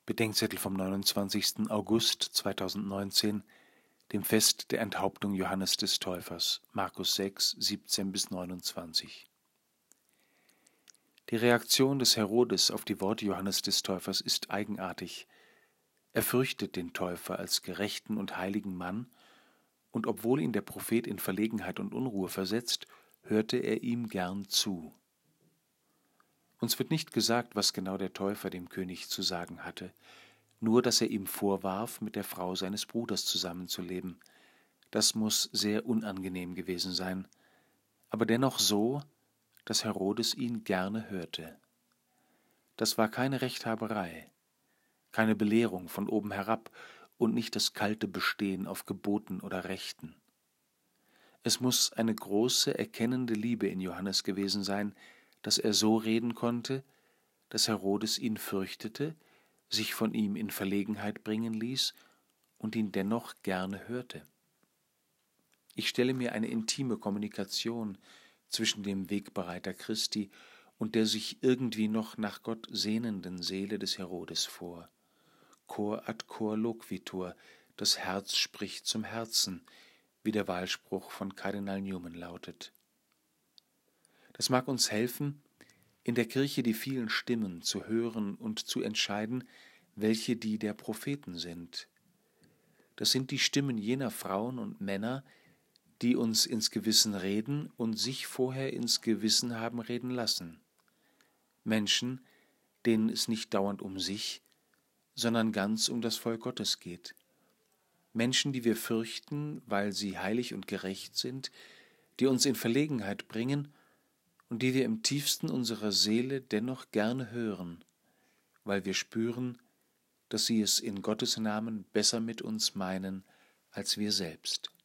Bedenkzettel vom 29. August 2019, dem Fest der Enthauptung Johannes des Täufers, Markus 6, 17-29. Die Reaktion des Herodes auf die Worte Johannes des Täufers ist eigenartig. Er fürchtet den Täufer als gerechten und heiligen Mann, und obwohl ihn der Prophet in Verlegenheit und Unruhe versetzt, hörte er ihm gern zu. Uns wird nicht gesagt, was genau der Täufer dem König zu sagen hatte, nur dass er ihm vorwarf, mit der Frau seines Bruders zusammenzuleben. Das muss sehr unangenehm gewesen sein, aber dennoch so, dass Herodes ihn gerne hörte. Das war keine Rechthaberei, keine Belehrung von oben herab und nicht das kalte Bestehen auf Geboten oder Rechten. Es muss eine große, erkennende Liebe in Johannes gewesen sein, dass er so reden konnte, dass Herodes ihn fürchtete, sich von ihm in Verlegenheit bringen ließ und ihn dennoch gerne hörte. Ich stelle mir eine intime Kommunikation zwischen dem Wegbereiter Christi und der sich irgendwie noch nach Gott sehnenden Seele des Herodes vor. Cor ad cor loquitur, das Herz spricht zum Herzen, wie der Wahlspruch von Kardinal Newman lautet. Das mag uns helfen, in der Kirche die vielen Stimmen zu hören und zu entscheiden, welche die der Propheten sind. Das sind die Stimmen jener Frauen und Männer, die uns ins Gewissen reden und sich vorher ins Gewissen haben reden lassen. Menschen, denen es nicht dauernd um sich, sondern ganz um das Volk Gottes geht. Menschen, die wir fürchten, weil sie heilig und gerecht sind, die uns in Verlegenheit bringen und die wir im tiefsten unserer Seele dennoch gerne hören, weil wir spüren, dass sie es in Gottes Namen besser mit uns meinen als wir selbst.